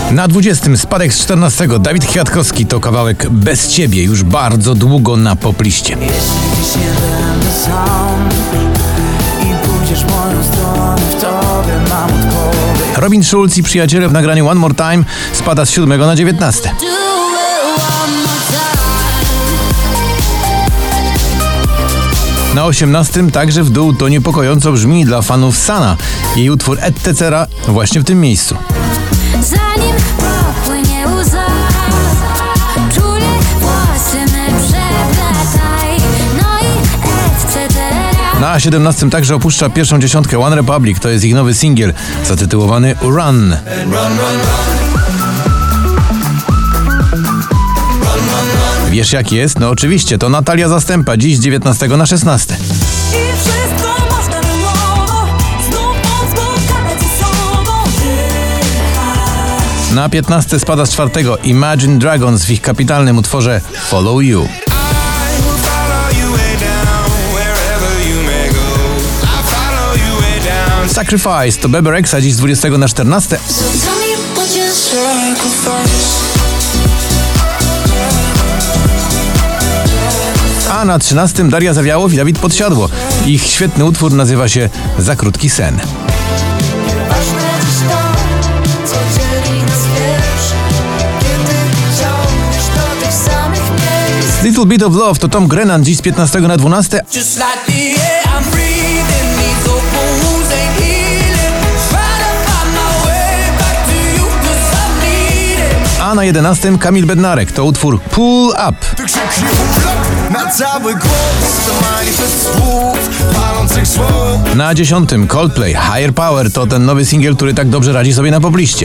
Na 20 spadek z 14 Dawid Kwiatkowski to kawałek Bez Ciebie, już bardzo długo na popliście. Robin Schulz i Przyjaciele w nagraniu One More Time spada z 7 na 19. Na 18 także w dół to niepokojąco brzmi dla fanów Sana. Jej utwór Etc. właśnie w tym miejscu. Zanim popłynie łza, czule włosy me przepłataj, no i etc. Na 17 także opuszcza pierwszą dziesiątkę One Republic, to jest ich nowy singiel zatytułowany Run. Wiesz jak jest? No oczywiście, to Natalia Zastępa, dziś z 19 na 16. Na 15 spada z 4 Imagine Dragons w ich kapitalnym utworze Follow You. Sacrifice to Bebe Rexha, dziś z 20 na 14. A na 13 Daria Zawiałow i Dawid Podsiadło. Ich świetny utwór nazywa się Za krótki sen. Little Bit of Love to Tom Grennan, dziś z 15 na 12. A na 11 Kamil Bednarek, to utwór Pull Up. Na 10 Coldplay Higher Power to ten nowy singiel, który tak dobrze radzi sobie na popliście.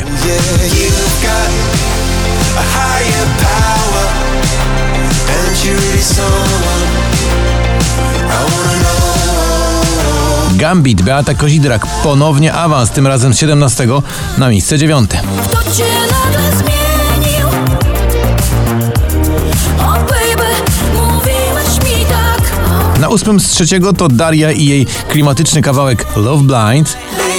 Gambit Beata Kozidrak, ponownie awans, tym razem z 17 na miejsce 9. Na 8 z 3 to Daria i jej klimatyczny kawałek Love Blind.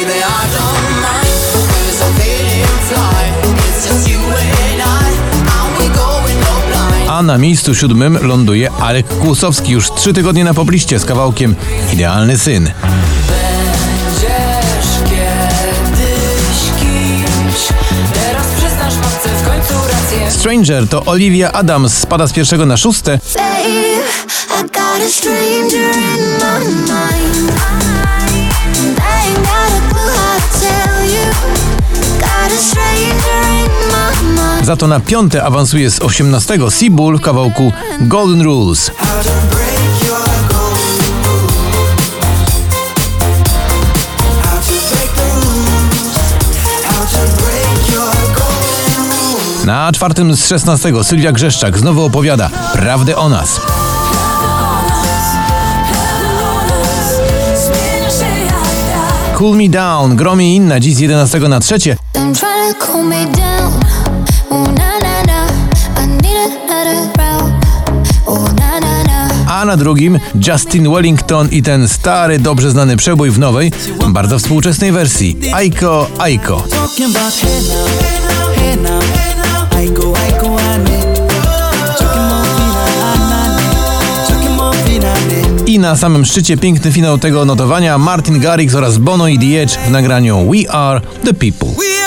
A na miejscu 7 ląduje Arek Kłusowski, już 3 tygodnie na popliście z kawałkiem Idealny Syn. Będziesz kiedyś kimś, teraz przyznasz, bo chcę w końcu rację. Stranger to Olivia Adams, spada z 1 na 6. Za to na 5 awansuje z 18 Seabull w kawałku Golden Rules. Na 4 z 16 Sylwia Grzeszczak znowu opowiada prawdę o nas. Cool Me Down, Gromi i inna, dziś z 11 na 3. A na drugim Justin Wellington i ten stary, dobrze znany przebój w nowej, bardzo współczesnej wersji Aiko Aiko. I na samym szczycie piękny finał tego notowania Martin Garrix oraz Bono i The Edge w nagraniu We Are The People.